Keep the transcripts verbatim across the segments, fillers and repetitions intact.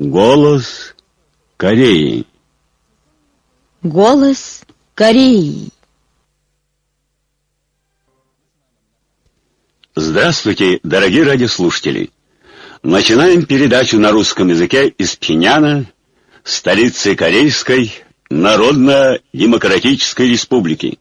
Голос Кореи. Голос Кореи. Здравствуйте, дорогие радиослушатели! Начинаем передачу на русском языке из Пхеньяна, столицы Корейской Народно-Демократической Республики.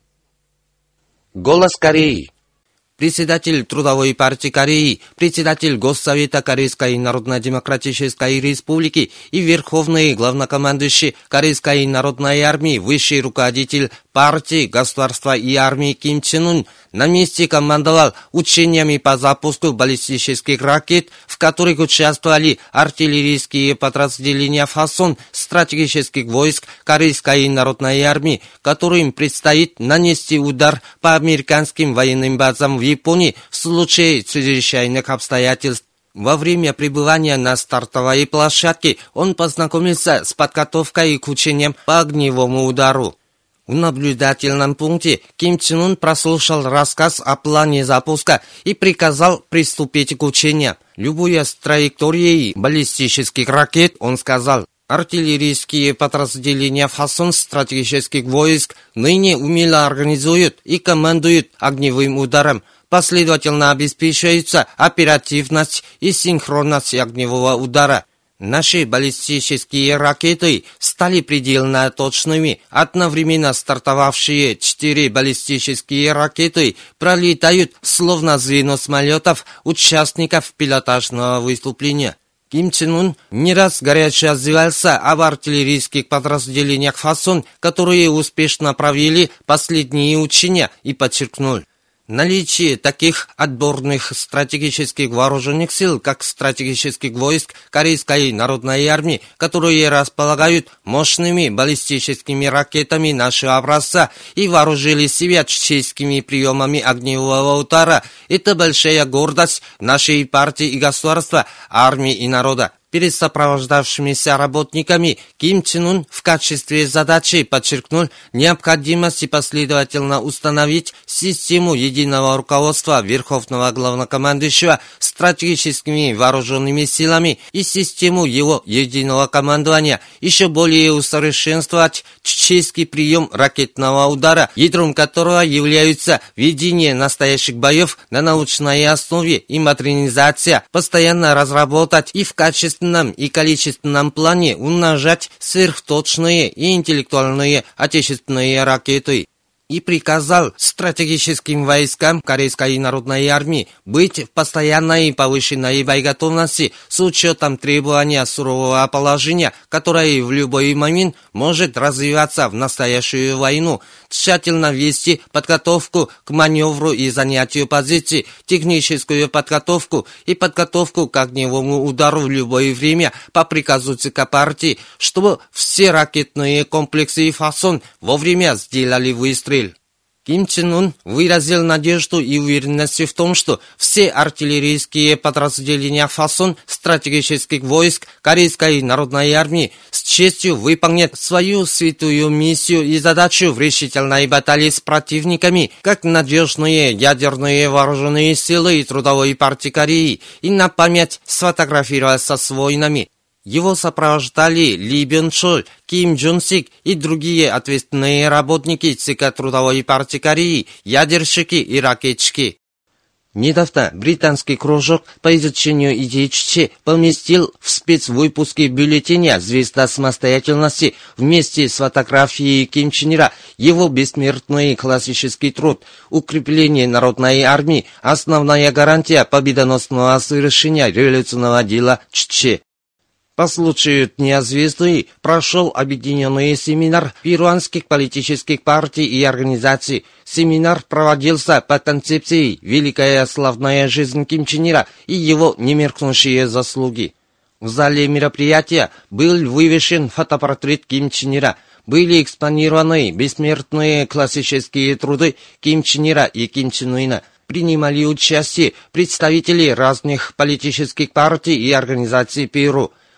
Голос Кореи. Председатель Трудовой партии Кореи, председатель Госсовета Корейской Народно-Демократической Республики и верховный главнокомандующий Корейской народной армии, высший руководитель партии, государства и армии Ким Чен Ын на месте командовал учениями по запуску баллистических ракет, в которых участвовали артиллерийские подразделения Фасон стратегических войск Корейской народной армии, которым предстоит нанести удар по американским военным базам в Японии в случае чрезвычайных обстоятельств. Во время пребывания на стартовой площадке он познакомился с подготовкой к учениям по огневому удару. В наблюдательном пункте Ким Чен Ын прослушал рассказ о плане запуска и приказал приступить к учениям. Любуя с траекторией баллистических ракет, он сказал: артиллерийские подразделения Фасон стратегических войск ныне умело организуют и командуют огневым ударом. Последовательно обеспечивается оперативность и синхронность огневого удара. Наши баллистические ракеты стали предельно точными. Одновременно стартовавшие четыре баллистические ракеты пролетают словно звено самолетов участников пилотажного выступления. Ким Чен Ын не раз горячо отзывался об артиллерийских подразделениях Фасон, которые успешно провели последние учения, и подчеркнул: наличие таких отборных стратегических вооруженных сил, как стратегических войск Корейской народной армии, которые располагают мощными баллистическими ракетами нашего образца и вооружили себя чеченскими приемами огневого удара, это большая гордость нашей партии и государства, армии и народа. Перед сопровождавшимися работниками Ким Чен Ын в качестве задачи подчеркнул необходимость последовательно установить систему единого руководства Верховного Главнокомандующего стратегическими вооруженными силами и систему его единого командования, еще более усовершенствовать чеченский прием ракетного удара, ядром которого являются ведение настоящих боев на научной основе и модернизация, постоянно разработать и в качестве и количественном плане умножать сверхточные и интеллектуальные отечественные ракеты. И приказал стратегическим войскам Корейской народной армии быть в постоянной повышенной боеготовности с учетом требования сурового положения, которое в любой момент может развиваться в настоящую войну, тщательно вести подготовку к маневру и занятию позиций, техническую подготовку и подготовку к огневому удару в любое время по приказу ЦК партии, чтобы все ракетные комплексы Фасон вовремя сделали выстрел. Ким Чен Ын выразил надежду и уверенность в том, что все артиллерийские подразделения Фасон стратегических войск Корейской народной армии с честью выполнят свою святую миссию и задачу в решительной баталии с противниками, как надежные ядерные вооруженные силы и Трудовой партии Кореи, и на память сфотографироваться с воинами. Его сопровождали Ли Бён Чоль, Ким Джун Сик и другие ответственные работники ЦК Трудовой партии Кореи, ядерщики и ракетчики. Недавно британский кружок по изучению идей Чечи поместил в спецвыпуске бюллетеня «Звезда самостоятельности» вместе с фотографией Ким Чен Ира его бессмертный классический труд «Укрепление народной армии. Основная гарантия победоносного совершения революционного дела Чечи». По случаю Дня Звезды прошел объединенный семинар перуанских политических партий и организаций. Семинар проводился по концепции «Великая славная жизнь Ким Чен Ира и его немеркнущие заслуги». В зале мероприятия был вывешен фотопортрет Ким Чен Ира. Были экспонированы бессмертные классические труды Ким Чен Ира и Ким Чен Ына. Принимали участие представители разных политических партий и организаций Перу.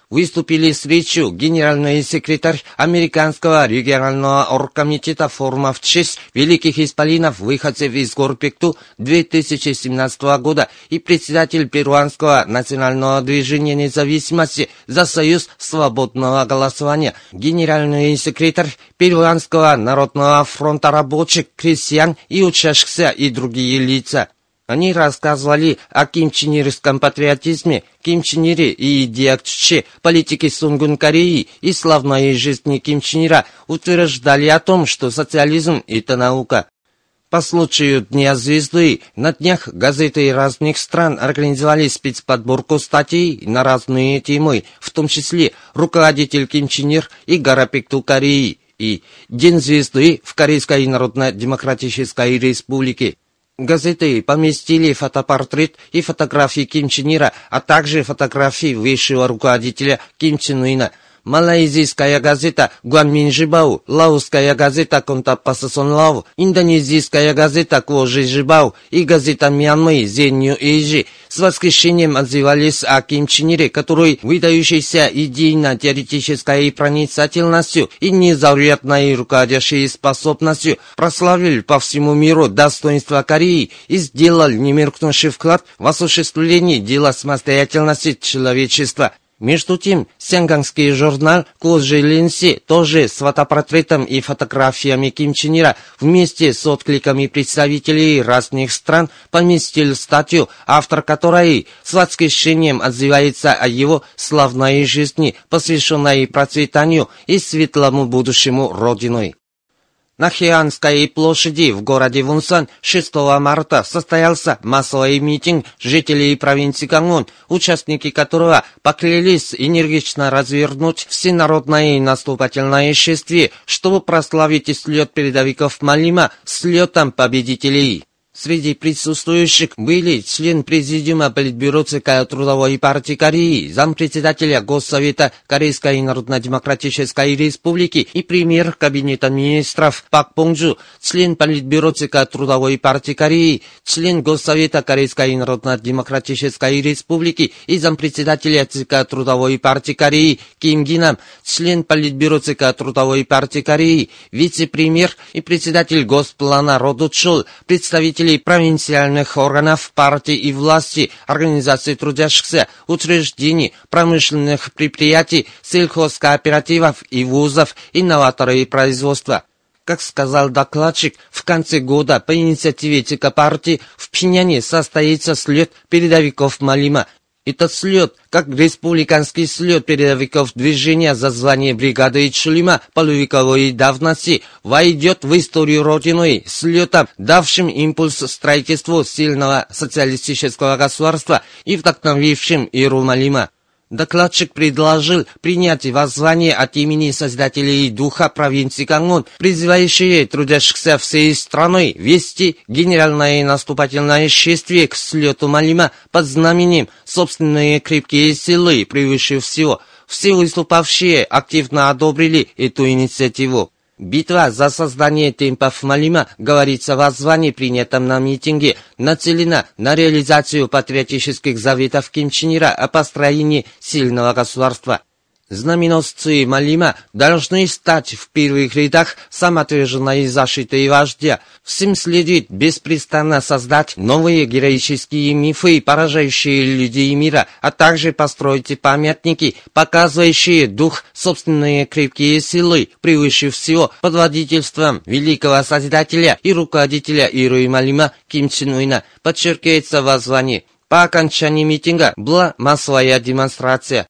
выступили с речью генеральный секретарь Американского регионального оргкомитета форума в честь великих исполинов выходцев из гор Пекту две тысячи семнадцатого года и председатель Перуанского национального движения независимости за союз свободного голосования, генеральный секретарь Перуанского народного фронта рабочих, крестьян и учащихся и другие лица. Они рассказывали о кимченерском патриотизме, Ким Чен Ире и идеях Чучхе, политике Сунгун Кореи и славной жизни Ким Чен Ира, утверждали о том, что социализм – это наука. По случаю Дня Звезды на днях газеты разных стран организовали спецподборку статей на разные темы, в том числе «Руководитель Ким Чен Ир и гора Пекту Кореи» и «День Звезды в Корейской Народно-Демократической Республике». Газеты поместили фотопортрет и фотографии Ким Чен Ира, а также фотографии высшего руководителя Ким Чен Ына. Малайзийская газета Гуанминжибау, лаосская газета Контапасасонлау, индонезийская газета Кожижибау и газета Мьянмы Зенью Эйжи с восхищением отзывались о Ким Чен Ире, который выдающийся идейно-теоретической проницательностью и незаурядной руководящей способностью прославил по всему миру достоинства Кореи и сделал немеркнувший вклад в осуществление дела самостоятельности человечества. Между тем, сянгангский журнал Кожи-Ленси тоже с фотопортретом и фотографиями Ким Чен Ира вместе с откликами представителей разных стран поместил статью, автор которой с восхищением отзывается о его славной жизни, посвященной процветанию и светлому будущему Родины. На Хеанской площади в городе Вунсан шестого марта состоялся массовый митинг жителей провинции Гангвон, участники которого поклялись энергично развернуть всенародное наступательное шествие, чтобы прославить слет передовиков Малима слетом победителей. Среди присутствующих были член президиума Политбюро ЦК Трудовой партии Кореи, зампредседателя Госсовета Корейской Народно-Демократической Республики и премьер Кабинета министров Пак Понджу, член Политбюро ЦК Трудовой партии Кореи, член Госсовета Корейской Народно-Демократической Республики и зампредседателя ЦК Трудовой партии Кореи Ким Гинам, член Политбюро ЦК Трудовой партии Кореи, вице-премьер и председатель Госплана Роду Чул, представители провинциальных органов партии и власти, организаций трудящихся, учреждений, промышленных предприятий, сельхозкооперативов и вузов, инноваторы и производства. Как сказал докладчик, в конце года по инициативе ЦК партии в Пхеньяне состоится слет передовиков Малима. Этот слет, как республиканский слет передовиков движения за звание бригады Чулима полувековой давности, войдет в историю Родины слетом, давшим импульс строительству сильного социалистического государства и вдохновившим эру Малима. Докладчик предложил принять воззвание от имени Создателей Духа провинции Гангвон, призывающие трудящихся всей страной вести генеральное наступательное шествие к слету Малима под знаменем «Собственные крепкие силы превыше всего». Все выступавшие активно одобрили эту инициативу. Битва за создание темпов Малима, говорится в воззвании, принятом на митинге, нацелена на реализацию патриотических заветов Ким Чен Ира о построении сильного государства. Знаменосцы Малима должны стать в первых рядах самоотверженной защитой вождя. Всем следует беспрестанно создать новые героические мифы, поражающие людей мира, а также построить памятники, показывающие дух собственные крепкие силы, превыше всего под водительством великого Созидателя и руководителя эры Малима Ким Чен Ына, подчеркивается в воззвании. По окончании митинга была массовая демонстрация.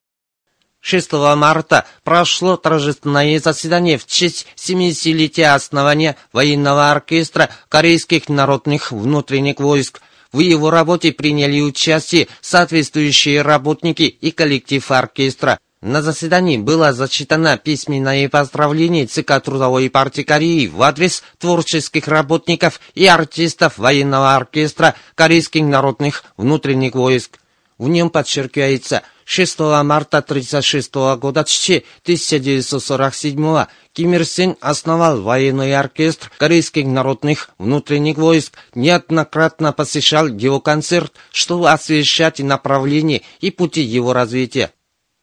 шестого марта прошло торжественное заседание в честь семидесятилетия основания военного оркестра Корейских народных внутренних войск. В его работе приняли участие соответствующие работники и коллектив оркестра. На заседании было зачитано письменное поздравление ЦК Трудовой партии Кореи в адрес творческих работников и артистов военного оркестра Корейских народных внутренних войск. В нем подчеркивается, шестого марта тысяча девятьсот тридцать шестого года тысяча девятьсот сорок седьмого Ким Ир Сен основал военный оркестр Корейских народных внутренних войск, неоднократно посещал его концерт, чтобы освещать направление и пути его развития.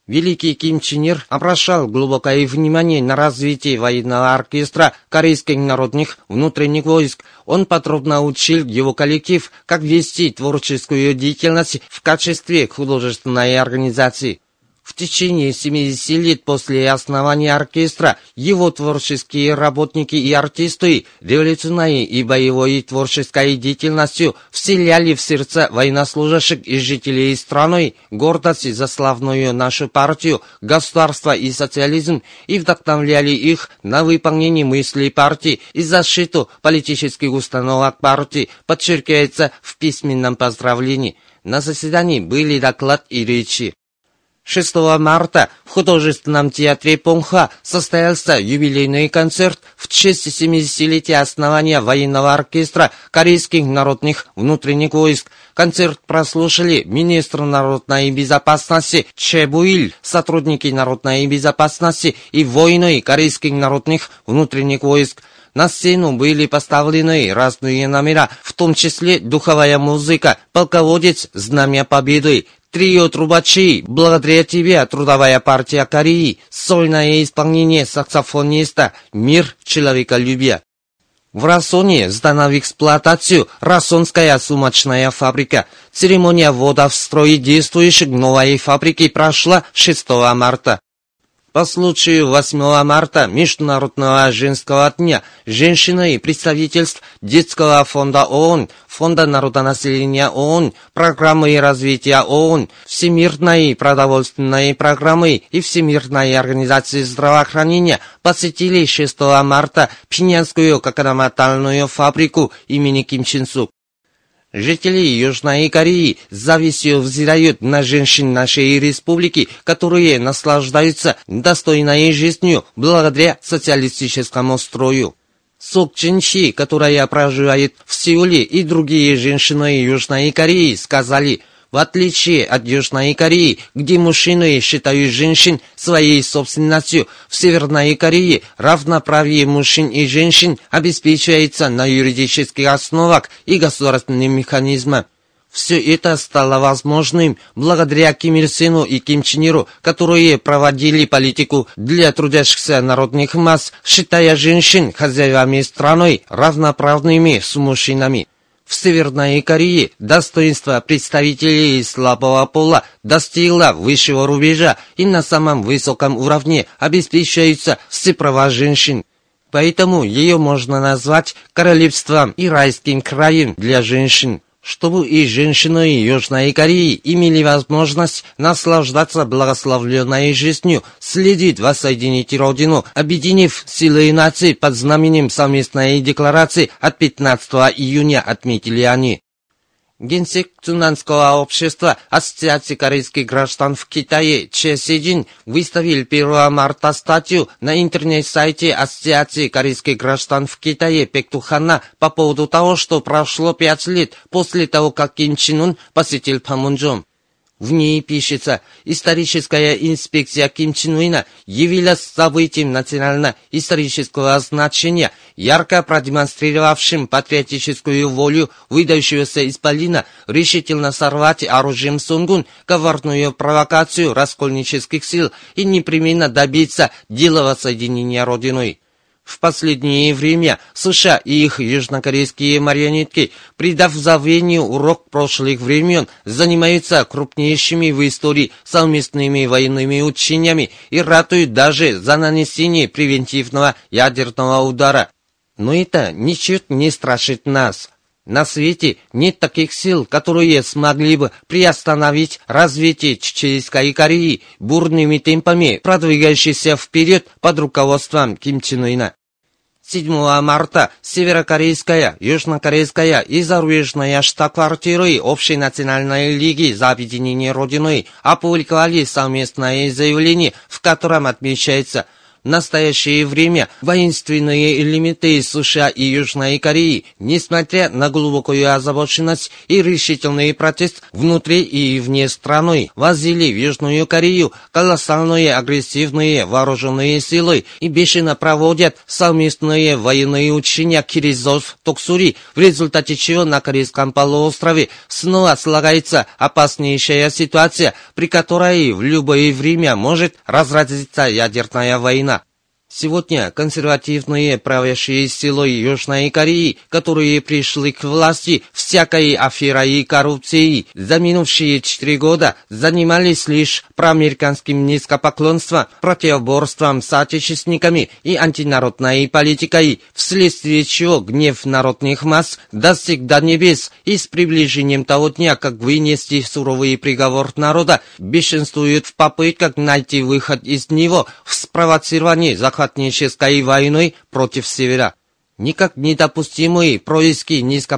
Великий Ким Чен Ир обращал глубокое внимание на развитие военного оркестра корейских народных внутренних войск. Он подробно учил его коллектив, как вести творческую деятельность в качестве художественной организации. В течение семидесяти лет после основания оркестра его творческие работники и артисты революционной и боевой творческой деятельностью вселяли в сердца военнослужащих и жителей страны гордость за славную нашу партию, государство и социализм и вдохновляли их на выполнение мыслей партии и защиту политических установок партии, подчеркивается в письменном поздравлении. На заседании были доклад и речи. шестого марта в художественном театре Понха состоялся юбилейный концерт в честь семидесятилетия основания военного оркестра корейских народных внутренних войск. Концерт прослушали министр народной безопасности Че Буиль, сотрудники народной безопасности и воины корейских народных внутренних войск. На сцену были поставлены разные номера, в том числе духовая музыка, полководец «Знамя Победы», трио трубачей «Благодаря тебе, Трудовая партия Кореи», сольное исполнение саксофониста «Мир человеколюбия». В Расоне сдана в эксплуатацию Расонская сумочная фабрика. Церемония ввода в строй действующих новой фабрики прошла шестого марта. По случаю восьмого марта Международного женского дня женщины и представительств Детского фонда ООН, Фонда народонаселения ООН, Программы развития ООН, Всемирной продовольственной программы и Всемирной организации здравоохранения посетили шестого марта Пхеньянскую кокономатальную фабрику имени Ким Чен Сук. Жители Южной Кореи с завистью взирают на женщин нашей республики, которые наслаждаются достойной жизнью благодаря социалистическому строю. Сок Чин Си, которая проживает в Сеуле, и другие женщины Южной Кореи сказали: в отличие от Южной Кореи, где мужчины считают женщин своей собственностью, в Северной Корее равноправие мужчин и женщин обеспечивается на юридических основах и государственным механизмам. Все это стало возможным благодаря Ким Ир Сену и Ким Чен Иру, которые проводили политику для трудящихся народных масс, считая женщин хозяевами страны, равноправными с мужчинами. В Северной Корее достоинство представителей слабого пола достигло высшего рубежа и на самом высоком уровне обеспечиваются все права женщин. Поэтому ее можно назвать королевством и райским краем для женщин. Чтобы и женщины Южной Кореи имели возможность наслаждаться благословленной жизнью, следует воссоединить Родину, объединив силы нации под знаменем совместной декларации от пятнадцатого июня, отметили они. Генсек Цунанского общества Ассоциации корейских граждан в Китае Че Сиджин выставил первого марта статью на интернет-сайте Ассоциации корейских граждан в Китае Пектухана по поводу того, что прошло пять лет после того, как Ким Чен Ун посетил Панмунджом. В ней пишется: историческая инспекция Ким Чен Уна явилась событием национально-исторического значения, ярко продемонстрировавшим патриотическую волю выдающегося исполина решительно сорвать оружием Сунгун коварную провокацию раскольнических сил и непременно добиться делового соединения Родиной. В последнее время США и их южнокорейские марионетки, придав забвению урок прошлых времен, занимаются крупнейшими в истории совместными военными учениями и ратуют даже за нанесение превентивного ядерного удара. Но это ничуть не страшит нас. На свете нет таких сил, которые смогли бы приостановить развитие Чеченской Кореи, бурными темпами продвигающейся вперед под руководством Ким Чен Ына. седьмого марта Северокорейская, Южнокорейская и зарубежная штаб-квартиры Общей национальной лиги за объединение Родины опубликовали совместное заявление, в котором отмечается: В настоящее время воинственные элементы США и Южной Кореи, несмотря на глубокую озабоченность и решительный протест внутри и вне страны, возили в Южную Корею колоссальные агрессивные вооруженные силы и бешено проводят совместные военные учения Киризов-Токсури, в результате чего на Корейском полуострове снова слагается опаснейшая ситуация, при которой в любое время может разразиться ядерная война. Сегодня консервативные правящие силы Южной Кореи, которые пришли к власти всякой аферой и коррупцией, за минувшие четыре года занимались лишь проамериканским низкопоклонством, противоборством с отечественниками и антинародной политикой, вследствие чего гнев народных масс достиг до небес, и с приближением того дня, как вынести суровый приговор народа, бешенствуют в попытках найти выход из него в спровоцировании захватнической войной против Севера. Никак недопустимые происки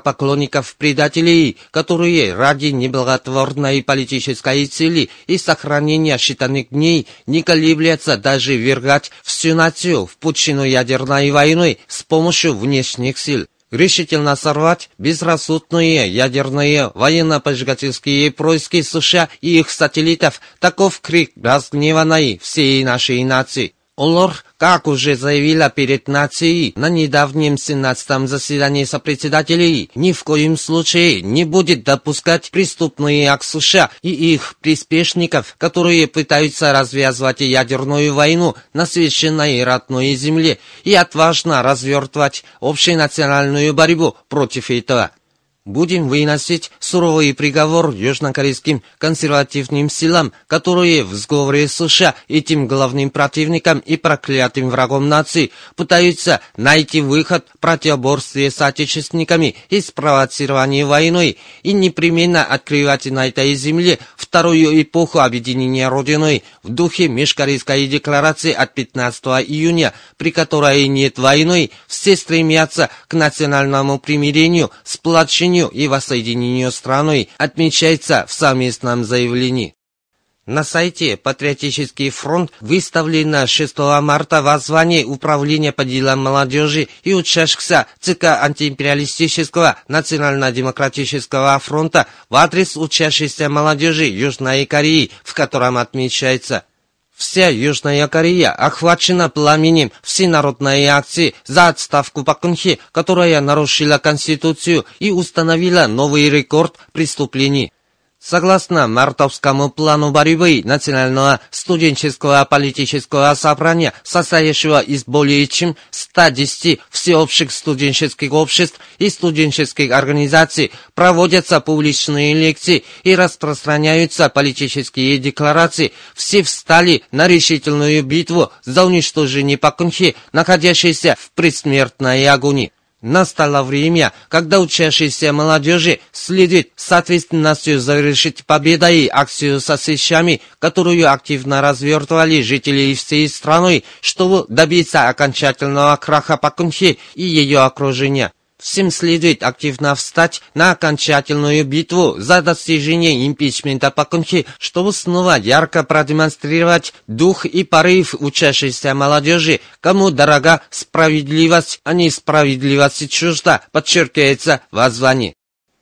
низкопоклонников-предателей, которые ради неблаготворной политической цели и сохранения считанных дней не колеблятся даже ввергать всю нацию в пучину ядерной войны с помощью внешних сил. Решительно сорвать безрассудные ядерные военно-поджигательские происки США и их сателлитов — таков крик разгневанной всей нашей нации. ОЛОР, как уже заявила перед нацией на недавнем семнадцатом заседании сопредседателей, ни в коем случае не будет допускать преступные акты США и их приспешников, которые пытаются развязывать ядерную войну на священной родной земле и отважно развертывать общенациональную борьбу против этого. Будем выносить суровый приговор южнокорейским консервативным силам, которые в сговоре с США, этим главным противником и проклятым врагом нации, пытаются найти выход в противоборстве с отечественниками и спровоцировании войной и непременно открывать на этой земле вторую эпоху объединения Родиной в духе Межкорейской декларации от пятнадцатого июня, при которой нет войны, все стремятся к национальному примирению, сплочению и воссоединению страной, отмечается в совместном заявлении. На сайте «Патриотический фронт» выставлено шестого марта воззвание Управления по делам молодежи и учащихся ЦК антиимпериалистического национально-демократического фронта в адрес учащейся молодежи Южной Кореи, в котором отмечается: вся Южная Корея охвачена пламенем всенародной акции за отставку Пак Кын Хе, которая нарушила Конституцию и установила новый рекорд преступлений. Согласно мартовскому плану борьбы Национального студенческого политического собрания, состоящего из более чем ста десяти всеобщих студенческих обществ и студенческих организаций, проводятся публичные лекции и распространяются политические декларации. Все встали на решительную битву за уничтожение Пак Кын Хе, находящейся в предсмертной агонии. Настало время, когда учащейся молодежи следует с ответственностью завершить победой акцию со свечами, которую активно развертывали жители всей страны, чтобы добиться окончательного краха Пак Кын Хе и ее окружения. Всем следует активно встать на окончательную битву за достижение импичмента Пак Кын Хе, чтобы снова ярко продемонстрировать дух и порыв учащейся молодежи, кому дорога справедливость, а не справедливость чужда, подчеркивается в воззвании.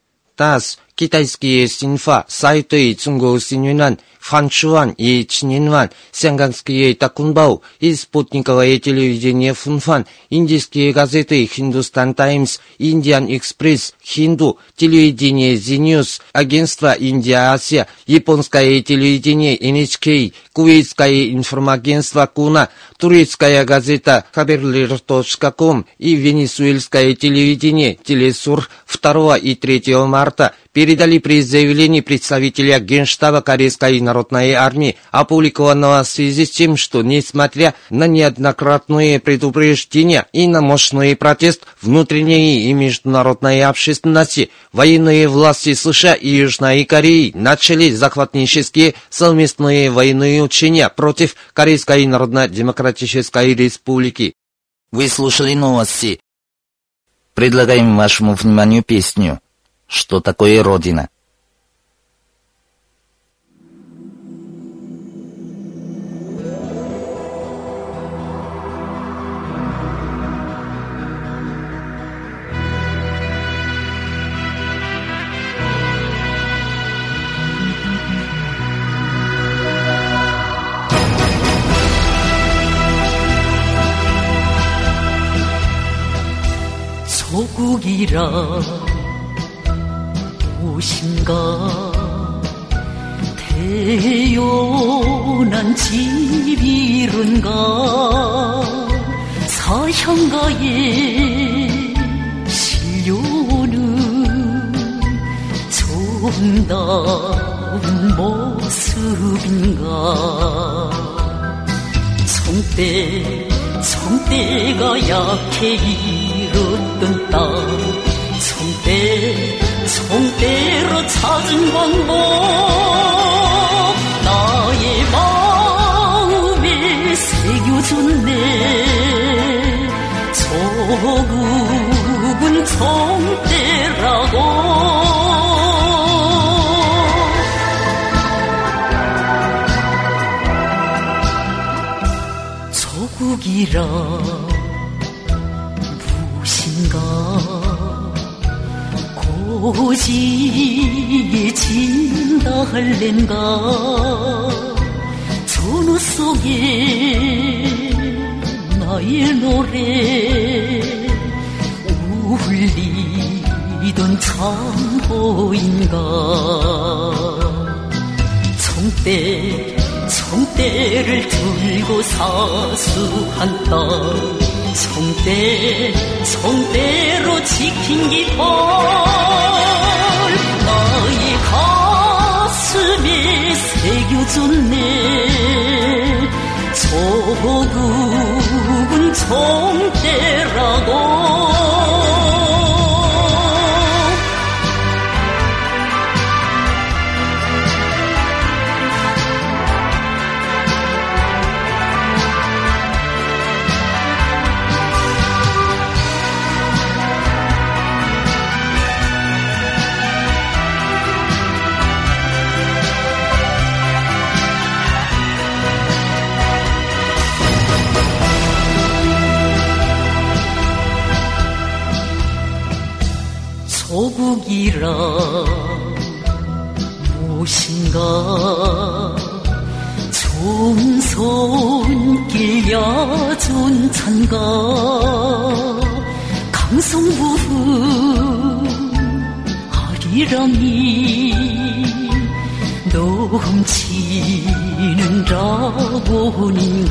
ТАСС, китайские синфа, сайты Цунгу Синюнан, Фанчуан и Чининван, сианганские Такунбау и спутниковое телевидение Фунфан, индийские газеты Хиндустан Таймс, Индиан Экспресс, Хинду, телевидение Зиньюс, агентство Индия-Асия, японское телевидение эн эйч кей, кувейтское информагентство Куна, турецкая газета хаберлер точка ком и венесуэльское телевидение Телесур второго и третьего марта передали при заявлении представителя Генштаба Корейской народной армии, опубликованного в связи с тем, что, несмотря на неоднократные предупреждения и на мощный протест внутренней и международной общественности, военные власти США и Южной Кореи начали захватнические совместные военные учения против Корейской Народно-Демократической Республики. Вы слушали новости. Предлагаем вашему вниманию песню «Что такое Родина?». 조국이라 무엇인가 태어난 집 이른가 사형가에 실려오는 정다운 모습인가 성대 성대가 약해 잃었던 땅 성대 성대로 찾은 방법 나의 마음에 새겨줬네 조국은 성대라고 조국이라 무엇인가 고지에 진다 할랜가 전후 속에 나의 노래 울리던 참호인가 성대 성대를 들고 사수한 땅 성대 성대로 지킨 깃발 나의 가슴에 새겨줬네 조국은 성대라고 조국이라 무엇인가 종손길 야존찬가 강성부흥 아리랑이 넘치는 라본인가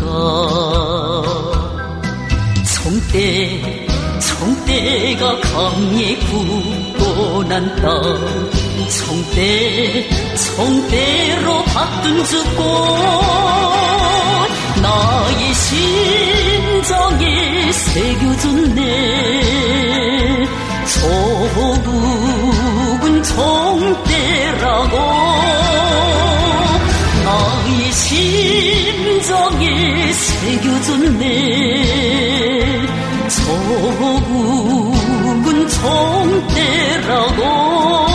성대 성대가 강에 굳고 난 땅 성대 성대로 받든 죽고 나의 심장에 새겨졌네 조국은 성대라고 나의 심장에 새겨졌네 조국은 성대라고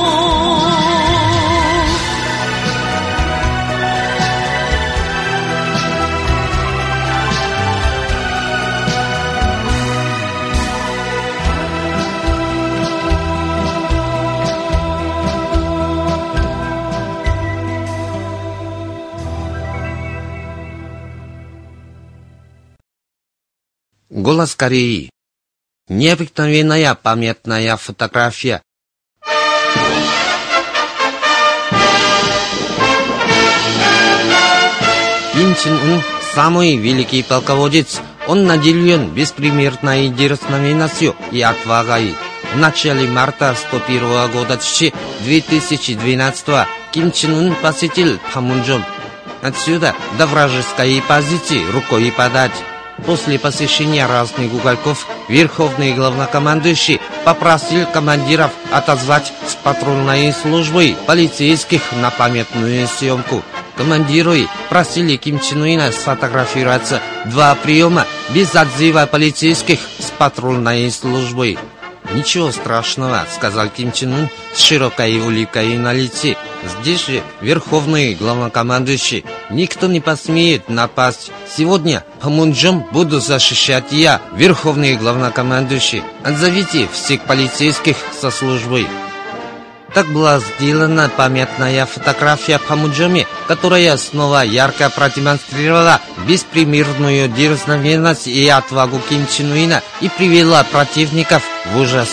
Голос Кореи. Необыкновенная памятная фотография. Ким Чен Ын – самый великий полководец. Он наделен беспримерной дерзновенностью и отвагой. В начале марта сто первого года две тысячи двенадцатого Ким Чен Ын посетил Панмунджом. Отсюда до вражеской позиции рукой подать. После посещения разных уголков верховный главнокомандующий попросил командиров отозвать с патрульной службы полицейских на памятную съемку. Командиры просили Ким Чен Ына сфотографироваться два приема без отзыва полицейских с патрульной службы. «Ничего страшного», — сказал Ким Чен Ын с широкой улыбкой на лице. «Здесь же верховный главнокомандующий. Никто не посмеет напасть. Сегодня Панмунджом буду защищать я, верховный главнокомандующий. Отзовите всех полицейских со службы». Так была сделана памятная фотография Памуджоми, которая снова ярко продемонстрировала беспримерную дерзновенность и отвагу Ким Чен Уина и привела противников в ужас.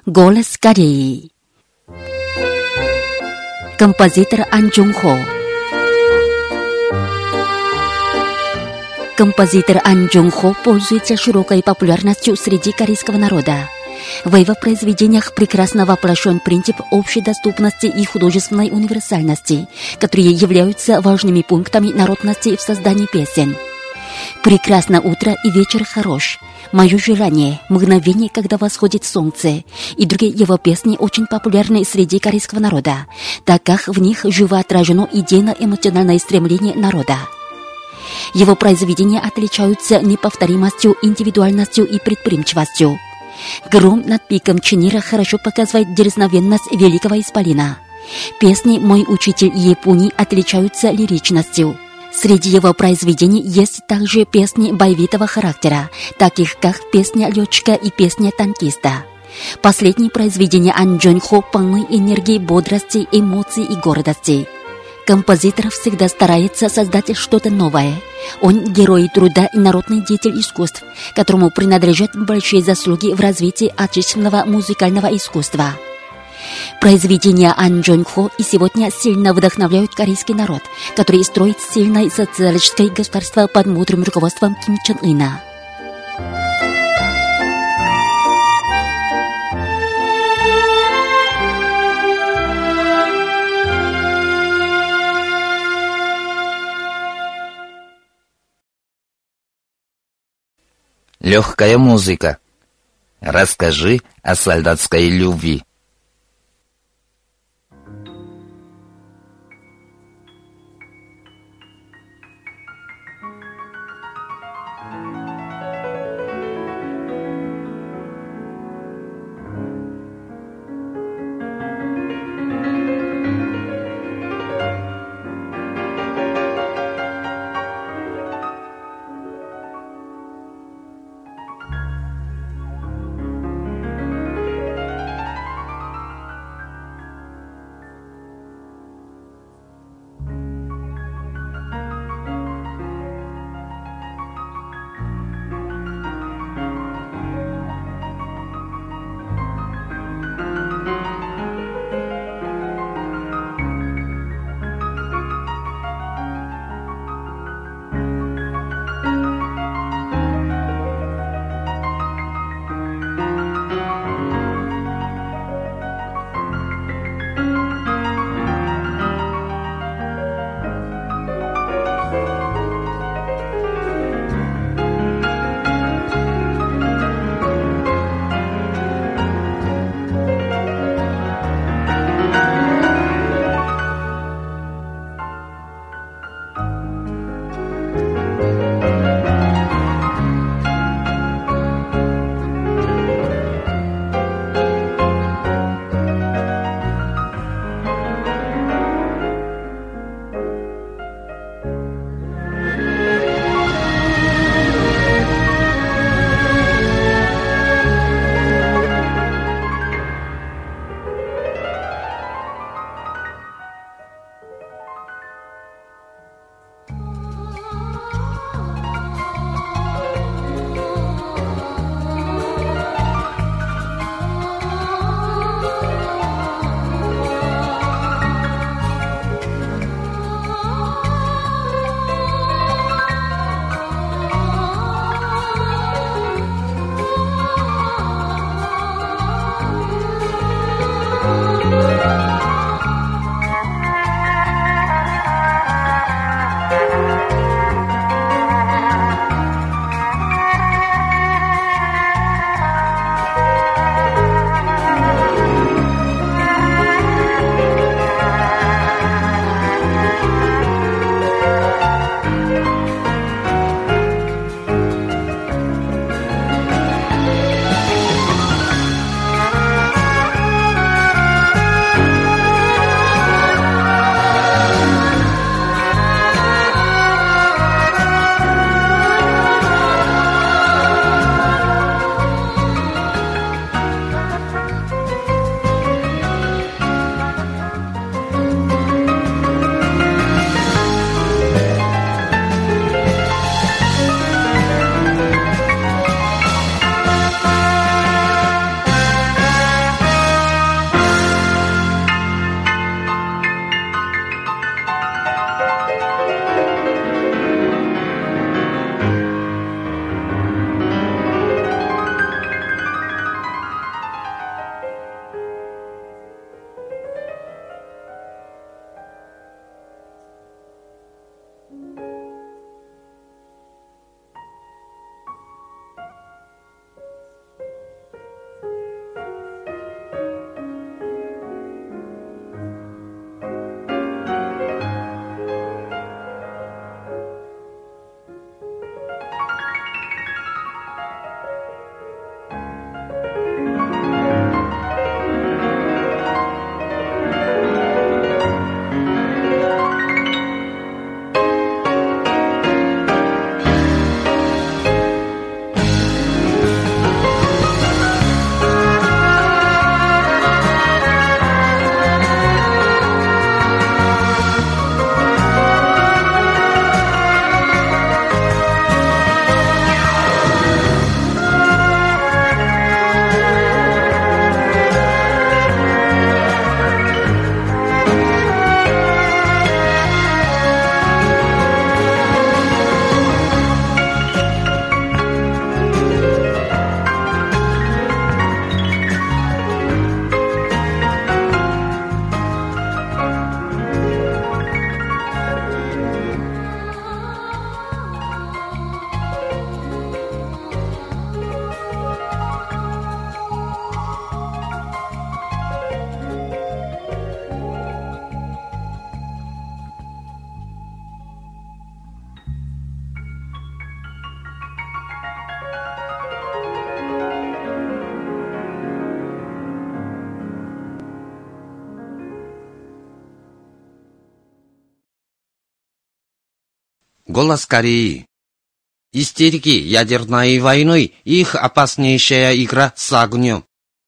Голос Кореи. Композитор Ан Джун Хо. Композитор Ан Джун Хо пользуется широкой популярностью среди корейского народа. В его произведениях прекрасно воплощен принцип общей доступности и художественной универсальности, которые являются важными пунктами народности в создании песен. «Прекрасно утро и вечер хорош», «Мое желание», «Мгновение, когда восходит солнце» и другие его песни очень популярны среди корейского народа, так как в них живо отражено идейно-эмоциональное стремление народа. Его произведения отличаются неповторимостью, индивидуальностью и предприимчивостью. Гром над пиком Чинира хорошо показывает дерзновенность великого исполина. Песни «Мой учитель Японии» отличаются лиричностью. Среди его произведений есть также песни боевитого характера, таких как «Песня летчика» и «Песня танкиста». Последние произведения Ан Джун Хо полны энергии, бодрости, эмоций и гордости. Композитор всегда старается создать что-то новое. Он герой труда и народный деятель искусств, которому принадлежат большие заслуги в развитии отечественного музыкального искусства. Произведения Ан Джун Хо и сегодня сильно вдохновляют корейский народ, который строит сильное социалистическое государство под мудрым руководством Ким Чен Ына. Легкая музыка. Расскажи о солдатской любви. Голос Кореи. Истерики ядерной войной и их опаснейшая игра с огнем.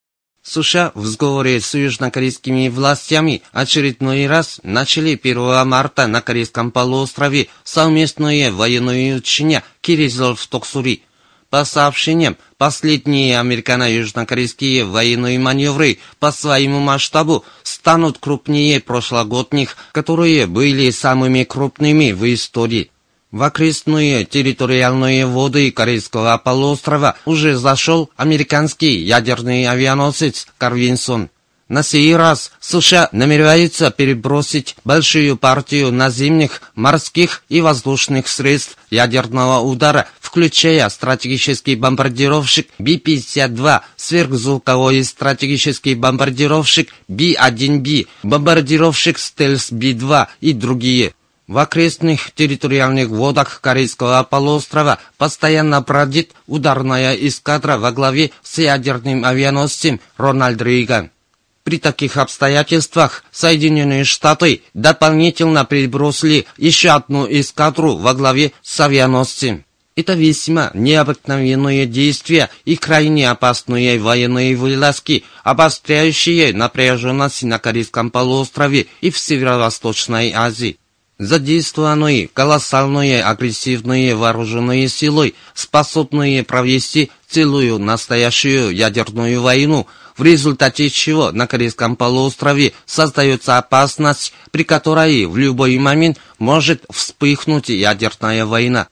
США в сговоре с южнокорейскими властями очередной раз начали первого марта на Корейском полуострове совместное военное учение «Киризл в Токсури». По сообщениям, последние американо-южнокорейские военные маневры по своему масштабу станут крупнее прошлогодних, которые были самыми крупными в истории. В окрестные территориальные воды Корейского полуострова уже зашел американский ядерный авианосец «Карвинсон». На сей раз США намереваются перебросить большую партию наземных, морских и воздушных средств ядерного удара, включая стратегический бомбардировщик Би пятьдесят два, сверхзвуковой стратегический бомбардировщик Би один Би, бомбардировщик стелс Би два и другие. В окрестных территориальных водах Корейского полуострова постоянно бродит ударная эскадра во главе с ядерным авианосцем «Рональд Рейган». При таких обстоятельствах Соединенные Штаты дополнительно перебросили еще одну эскадру во главе с авианосцем. Это весьма необыкновенные действия и крайне опасные военные вылазки, обостряющие напряженность на Корейском полуострове и в Северо-Восточной Азии. Задействованные колоссальные агрессивные вооруженные силы, способные провести целую настоящую ядерную войну, в результате чего на Корейском полуострове создается опасность, при которой в любой момент может вспыхнуть ядерная война.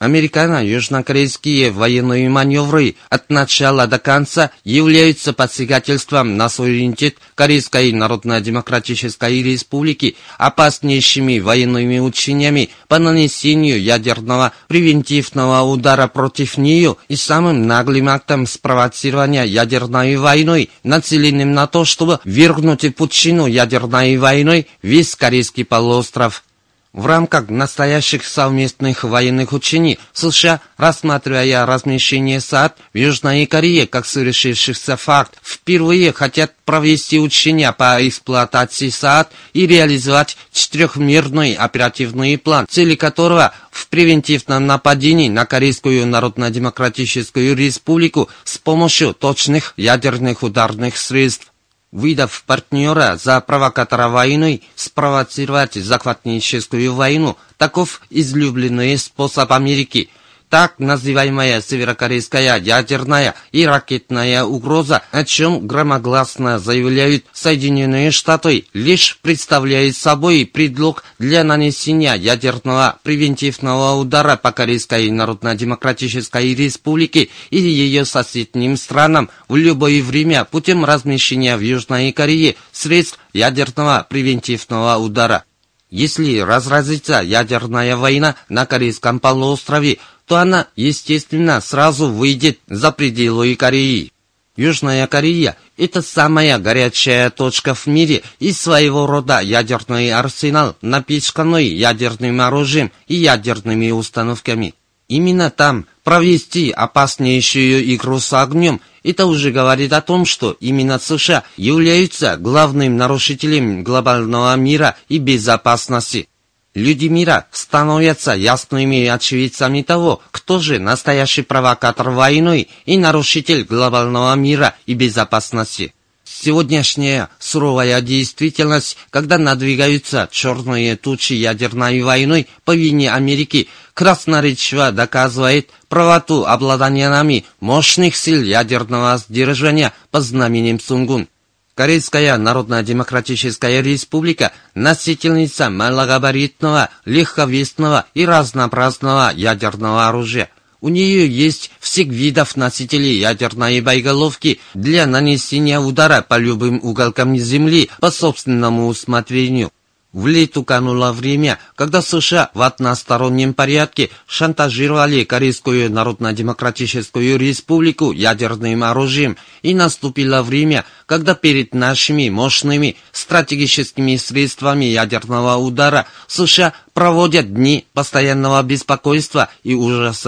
Американо-южнокорейские военные маневры от начала до конца являются посягательством на суверенитет Корейской Народно-Демократической Республики, опаснейшими военными учениями по нанесению ядерного превентивного удара против нее и самым наглым актом спровоцирования ядерной войной, нацеленным на то, чтобы ввергнуть в пучину ядерной войной весь Корейский полуостров. В рамках настоящих совместных военных учений США, рассматривая размещение СААД в Южной Корее как совершившийся факт, впервые хотят провести учения по эксплуатации СААД и реализовать четырехмерный оперативный план, цели которого в превентивном нападении на Корейскую Народно-Демократическую Республику с помощью точных ядерных ударных средств. Выдав партнера за провокатора войны, спровоцировать захватническую войну – таков излюбленный способ Америки. Так называемая северокорейская ядерная и ракетная угроза, о чем громогласно заявляют Соединенные Штаты, лишь представляет собой предлог для нанесения ядерного превентивного удара по Корейской Народно-Демократической Республике и ее соседним странам в любое время путем размещения в Южной Корее средств ядерного превентивного удара. Если разразится ядерная война на Корейском полуострове, то она, естественно, сразу выйдет за пределы Кореи. Южная Корея – это самая горячая точка в мире и своего рода ядерный арсенал, напичканный ядерным оружием и ядерными установками. Именно там провести опаснейшую игру с огнем – это уже говорит о том, что именно США являются главным нарушителем глобального мира и безопасности. Люди мира становятся ясными очевидцами того, кто же настоящий провокатор войны и нарушитель глобального мира и безопасности. Сегодняшняя суровая действительность, когда надвигаются черные тучи ядерной войны по вине Америки, красноречиво доказывает правоту обладания нами мощных сил ядерного сдерживания под знаменем Сунгун. Корейская Народно-Демократическая Республика – носительница малогабаритного, легковесного и разнообразного ядерного оружия. У нее есть всех видов носителей ядерной боеголовки для нанесения удара по любым уголкам Земли по собственному усмотрению. В лету кануло время, когда США в одностороннем порядке шантажировали Корейскую Народно-Демократическую Республику ядерным оружием, и наступило время, когда перед нашими мощными стратегическими средствами ядерного удара США проводят дни постоянного беспокойства и ужаса.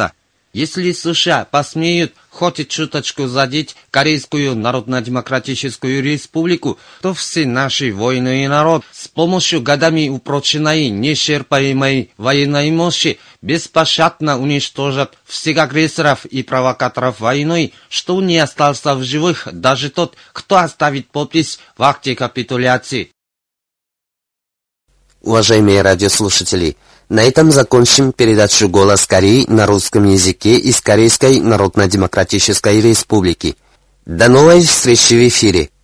Если США посмеют хоть чуточку задеть Корейскую Народно-Демократическую Республику, то все наши воины и народ с помощью годами упроченной неисчерпаемой военной мощи беспощадно уничтожат всех агрессоров и провокаторов войны, что не остался в живых даже тот, кто оставит подпись в акте капитуляции. Уважаемые радиослушатели, на этом закончим передачу «Голос Кореи» на русском языке из Корейской Народно-Демократической Республики. До новой встречи в эфире!